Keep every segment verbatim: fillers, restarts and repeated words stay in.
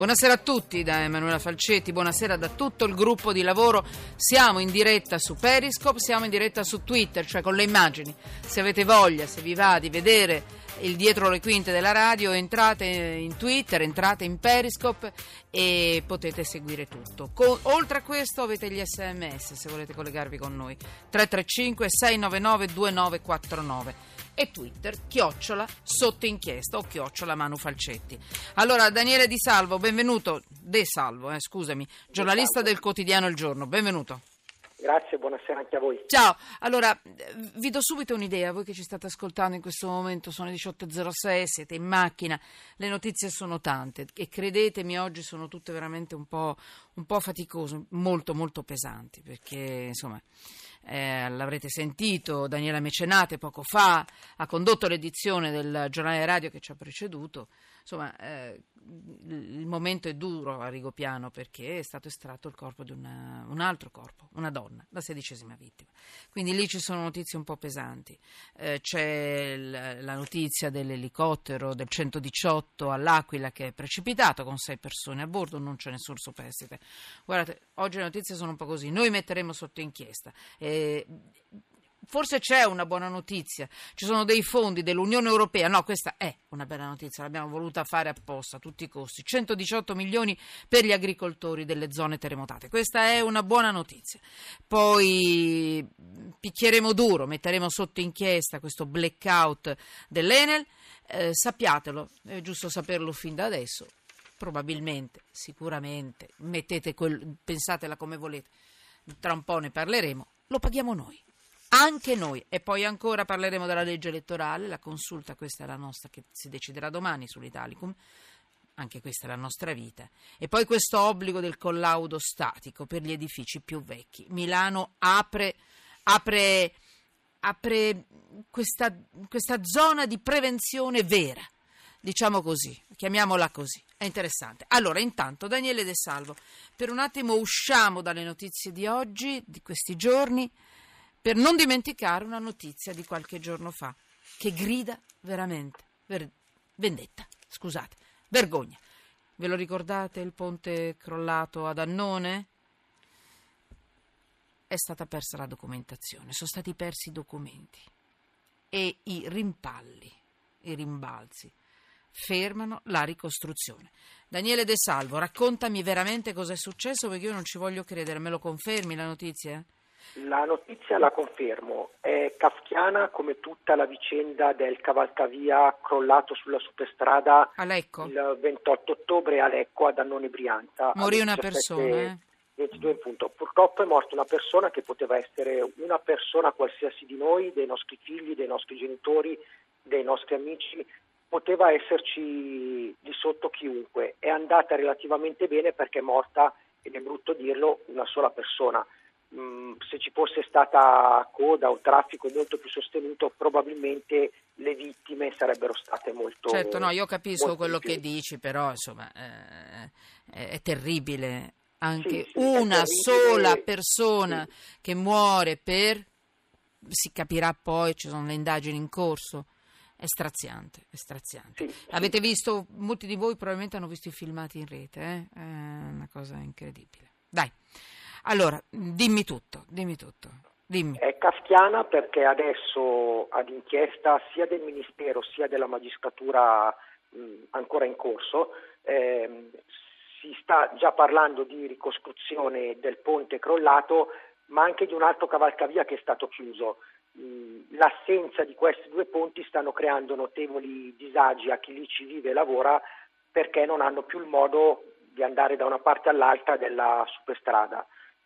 Buonasera a tutti da Emanuela Falcetti, buonasera da tutto il gruppo di lavoro. Siamo in diretta su Periscope, siamo in diretta su Twitter, cioè con le immagini. Se avete voglia, se vi va di vedere il dietro le quinte della radio, entrate in Twitter, entrate in Periscope e potete seguire tutto. Co- oltre a questo avete gli sms se volete collegarvi con noi. tre tre cinque sei nove nove due nove quattro nove. E Twitter, chiocciola sotto inchiesta o chiocciola Manu Falcetti. Allora, Daniele Di Salvo, benvenuto, De Salvo, eh, scusami, giornalista del quotidiano Il Giorno, benvenuto. Grazie, buonasera anche a voi. Ciao, allora vi do subito un'idea, voi che ci state ascoltando in questo momento, sono le diciotto e zero sei, siete in macchina, le notizie sono tante e credetemi oggi sono tutte veramente un po', un po' faticose, molto molto pesanti, perché insomma... Eh, l'avrete sentito, Daniela Mecenate poco fa ha condotto l'edizione del giornale radio che ci ha preceduto. Insomma, eh, il momento è duro a Rigopiano perché è stato estratto il corpo di una, un altro corpo, una donna, la sedicesima vittima. Quindi lì ci sono notizie un po' pesanti. Eh, c'è l- la notizia dell'elicottero del centodiciotto all'Aquila che è precipitato con sei persone a bordo, non c'è nessun superstite. Guardate, oggi le notizie sono un po' così. Noi metteremo sotto inchiesta. Eh, Forse c'è una buona notizia, ci sono dei fondi dell'Unione Europea, no, questa è una bella notizia, l'abbiamo voluta fare apposta a tutti i costi, centodiciotto milioni per gli agricoltori delle zone terremotate, questa è una buona notizia. Poi picchieremo duro, metteremo sotto inchiesta questo blackout dell'Enel, eh, sappiatelo, è giusto saperlo fin da adesso, probabilmente, sicuramente, mettete quel, pensatela come volete, tra un po' ne parleremo, lo paghiamo noi. Anche noi, e poi ancora parleremo della legge elettorale, la consulta, questa è la nostra, che si deciderà domani sull'Italicum, anche questa è la nostra vita, e poi questo obbligo del collaudo statico per gli edifici più vecchi. Milano apre, apre, apre questa, questa zona di prevenzione vera, diciamo così, chiamiamola così, è interessante. Allora, intanto, Daniele De Salvo, per un attimo usciamo dalle notizie di oggi, di questi giorni, per non dimenticare una notizia di qualche giorno fa che grida veramente ver- vendetta, scusate, vergogna. Ve lo ricordate il ponte crollato ad Annone? È stata persa la documentazione, sono stati persi i documenti e i rimpalli, i rimbalzi fermano la ricostruzione. Daniele De Salvo, raccontami veramente cosa è successo perché io non ci voglio credere, me lo confermi la notizia? La notizia la confermo, è kafkiana come tutta la vicenda del cavalcavia crollato sulla superstrada a Lecco. Il ventotto ottobre a Lecco ad Annone Brianza. Morì una persona, eh? ventidue in punto. Purtroppo è morta una persona che poteva essere una persona qualsiasi di noi, dei nostri figli, dei nostri genitori, dei nostri amici, poteva esserci di sotto chiunque. È andata relativamente bene perché è morta, ed è brutto dirlo, una sola persona. Se ci fosse stata coda o traffico molto più sostenuto, probabilmente le vittime sarebbero state molto. Certo, no, io capisco quello che dici, però insomma eh, è terribile anche sì, sì, una sola persona sì. che muore per, si capirà poi, ci sono le indagini in corso. È straziante, è straziante. Sì, Avete sì. visto, molti di voi probabilmente hanno visto i filmati in rete, eh? È una cosa incredibile. Dai. Allora, dimmi tutto, dimmi tutto. Dimmi. È kafkiana perché adesso ad inchiesta sia del Ministero sia della magistratura mh, ancora in corso ehm, si sta già parlando di ricostruzione del ponte crollato, ma anche di un altro cavalcavia che è stato chiuso. Mh, l'assenza di questi due ponti stanno creando notevoli disagi a chi lì ci vive e lavora perché non hanno più il modo di andare da una parte all'altra della superstrada.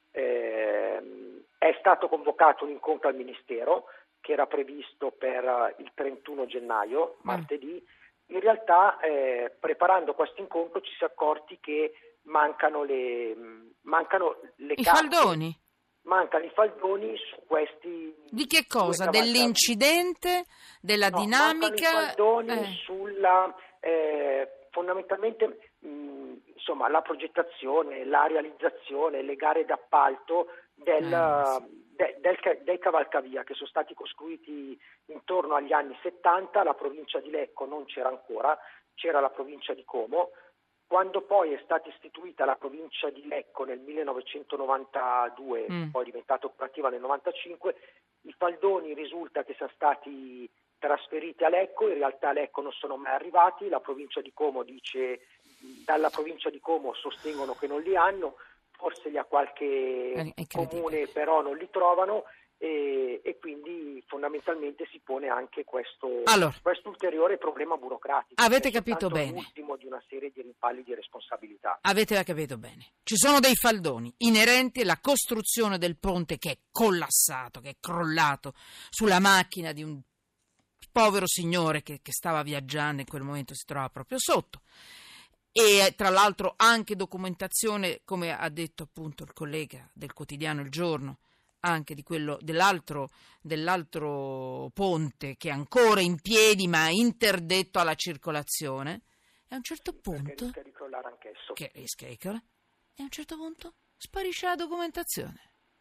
Eh, è stato convocato un incontro al Ministero che era previsto per il trentuno gennaio, martedì. In realtà eh, preparando questo incontro ci si è accorti che mancano le, mancano le I carte, faldoni? Mancano i faldoni su questi. Di che cosa? Dell'incidente? Della no, dinamica? Mancano i faldoni eh. sulla eh, fondamentalmente mh, insomma la progettazione, la realizzazione, le gare d'appalto del, Eh, sì. de, del, dei cavalcavia che sono stati costruiti intorno agli anni settanta. La provincia di Lecco non c'era ancora, c'era la provincia di Como. Quando poi è stata istituita la provincia di Lecco nel millenovecentonovantadue, mm. poi diventata operativa nel novantacinque, i faldoni risulta che siano stati trasferiti a Lecco, in realtà a Lecco non sono mai arrivati, la provincia di Como dice, dalla provincia di Como sostengono che non li hanno, forse li ha qualche comune però non li trovano. E, e quindi fondamentalmente si pone anche questo, allora, questo ulteriore problema burocratico. Avete capito bene? L'ultimo di una serie di rimpalli di responsabilità. Avete capito bene. Ci sono dei faldoni inerenti alla costruzione del ponte che è collassato, che è crollato sulla macchina di un povero signore che, che stava viaggiando, in quel momento si trovava proprio sotto. E tra l'altro anche documentazione, come ha detto appunto il collega del quotidiano Il Giorno, anche di quello dell'altro, dell'altro ponte che è ancora in piedi ma interdetto alla circolazione, e a un certo punto rischia di crollare anch'esso. Che rischia di crollare, e a un certo punto sparisce la documentazione.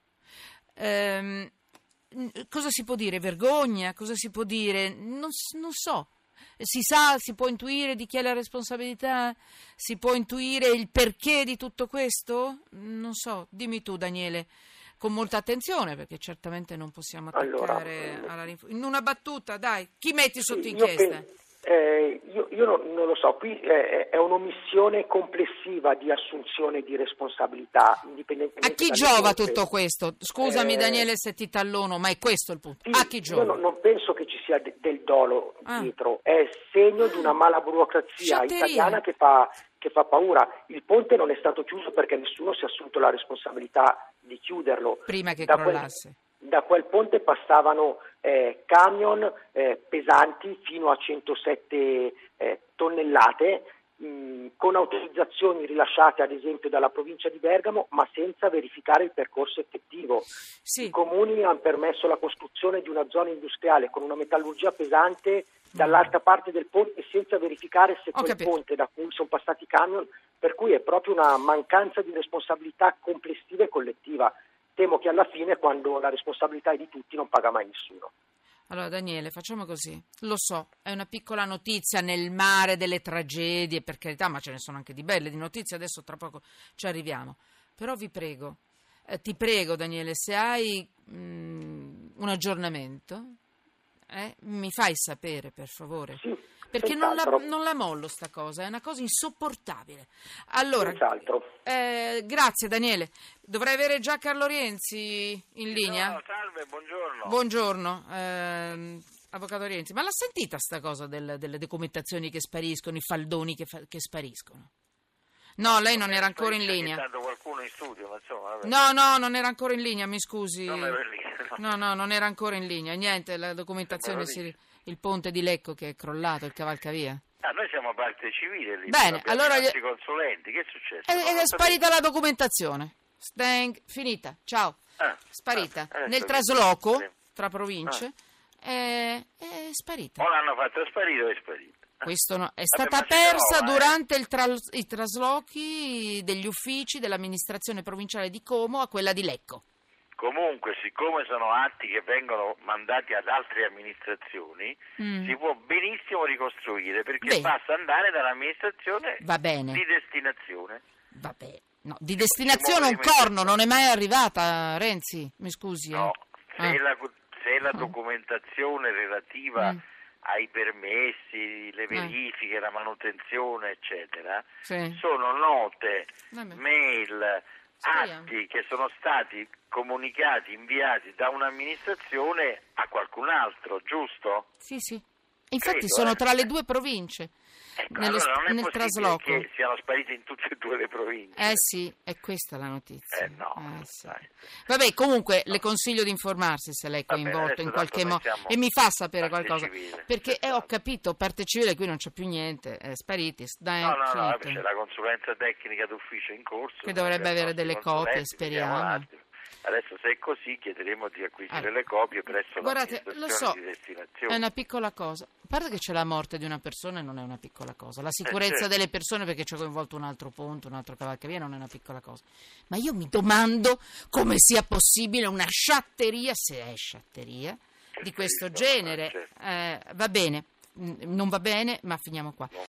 Ehm, cosa si può dire? Vergogna? Cosa si può dire? Non, non so. Si sa, si può intuire di chi è la responsabilità? Si può intuire il perché di tutto questo? Non so, dimmi tu, Daniele, con molta attenzione, perché certamente non possiamo attaccare allora, alla rinf- in una battuta, dai, chi metti sotto sì, inchiesta? Io, eh, io, io non, non lo so, qui eh, è un'omissione complessiva di assunzione di responsabilità, indipendentemente. A chi giova tutto questo? Scusami eh, Daniele se ti tallono, ma è questo il punto. Sì, a chi giova? Io non, non penso che ci sia de- del dolo ah. dietro, è segno ah. di una mala burocrazia Sciatteria. italiana che fa, che fa paura. Il ponte non è stato chiuso perché nessuno si è assunto la responsabilità di chiuderlo. Prima che da crollasse. Quel, da quel ponte passavano eh, camion eh, pesanti fino a centosette eh, tonnellate, mh, con autorizzazioni rilasciate ad esempio dalla provincia di Bergamo, ma senza verificare il percorso effettivo. Sì. I comuni hanno permesso la costruzione di una zona industriale con una metallurgia pesante dall'altra parte del ponte senza verificare se quel ponte da cui sono passati i camion, per cui è proprio una mancanza di responsabilità complessiva e collettiva. Temo che alla fine, quando la responsabilità è di tutti, non paga mai nessuno. Allora Daniele, facciamo così, lo so, è una piccola notizia nel mare delle tragedie, per carità, ma ce ne sono anche di belle di notizie, adesso tra poco ci arriviamo, però vi prego, eh, ti prego Daniele, se hai mh, un aggiornamento, eh, mi fai sapere per favore, sì, perché non la, non la mollo sta cosa, è una cosa insopportabile. Allora, eh, grazie Daniele, dovrei avere già Carlo Rienzi in linea? No, salve, buongiorno. Buongiorno, eh, avvocato Rienzi, ma l'ha sentita sta cosa del, delle documentazioni che spariscono, i faldoni che, fa, che spariscono? No, lei non, non era ancora in linea. C'è qualcuno in studio, ma insomma, vabbè. No, no, non era ancora in linea, mi scusi. Non ero in linea. No, no, no non era ancora in linea. Niente, la documentazione, si, il ponte di Lecco che è crollato, il cavalcavia. Ah, noi siamo parte civile lì. Bene, allora gli consulenti, che è successo? Ed è, è sparita la documentazione. Stang, finita, ciao. Ah, sparita. Ah, Nel trasloco tra province ah. è, è sparita. O l'hanno fatta sparire o è sparita. Questo no. È stata Vabbè, persa trova, durante eh. il tra, i traslochi degli uffici dell'amministrazione provinciale di Como a quella di Lecco. Comunque, siccome sono atti che vengono mandati ad altre amministrazioni, mm. si può benissimo ricostruire, perché Beh. basta andare dall'amministrazione Va bene. di destinazione. Vabbè, no, di destinazione un corno non è mai arrivata, Renzi, mi scusi. No, eh. se, ah. la, se la documentazione relativa mm. ai permessi, le verifiche, eh. la manutenzione, eccetera, sì. sono note, Vabbè. mail, atti che sono stati comunicati, inviati da un'amministrazione a qualcun altro, giusto? Sì, sì. Infatti Credo, sono eh. tra le due province. Ecco, nello, allora non è nel trasloco che siano spariti in tutte e due le province. Eh sì, è questa la notizia. Eh no. Eh sì. Vabbè, comunque no. le consiglio di informarsi se lei è coinvolto in qualche modo e mi fa sapere qualcosa. Civile, perché eh, ho capito, parte civile qui non c'è più niente, è spariti. Dai, no, no, no, c'è la consulenza tecnica d'ufficio in corso. Che dovrebbe avere delle copie, speriamo. Adesso se è così chiederemo di acquisire allora, le copie presso guardate, lo so, di destinazione. È una piccola cosa. A parte che c'è la morte di una persona e non è una piccola cosa. La sicurezza eh, certo. delle persone, perché c'è coinvolto un altro ponte, un altro cavalcavia, non è una piccola cosa. Ma io mi domando come sia possibile una sciatteria, se è sciatteria, di questo genere. Eh, va bene, non va bene, ma finiamo qua.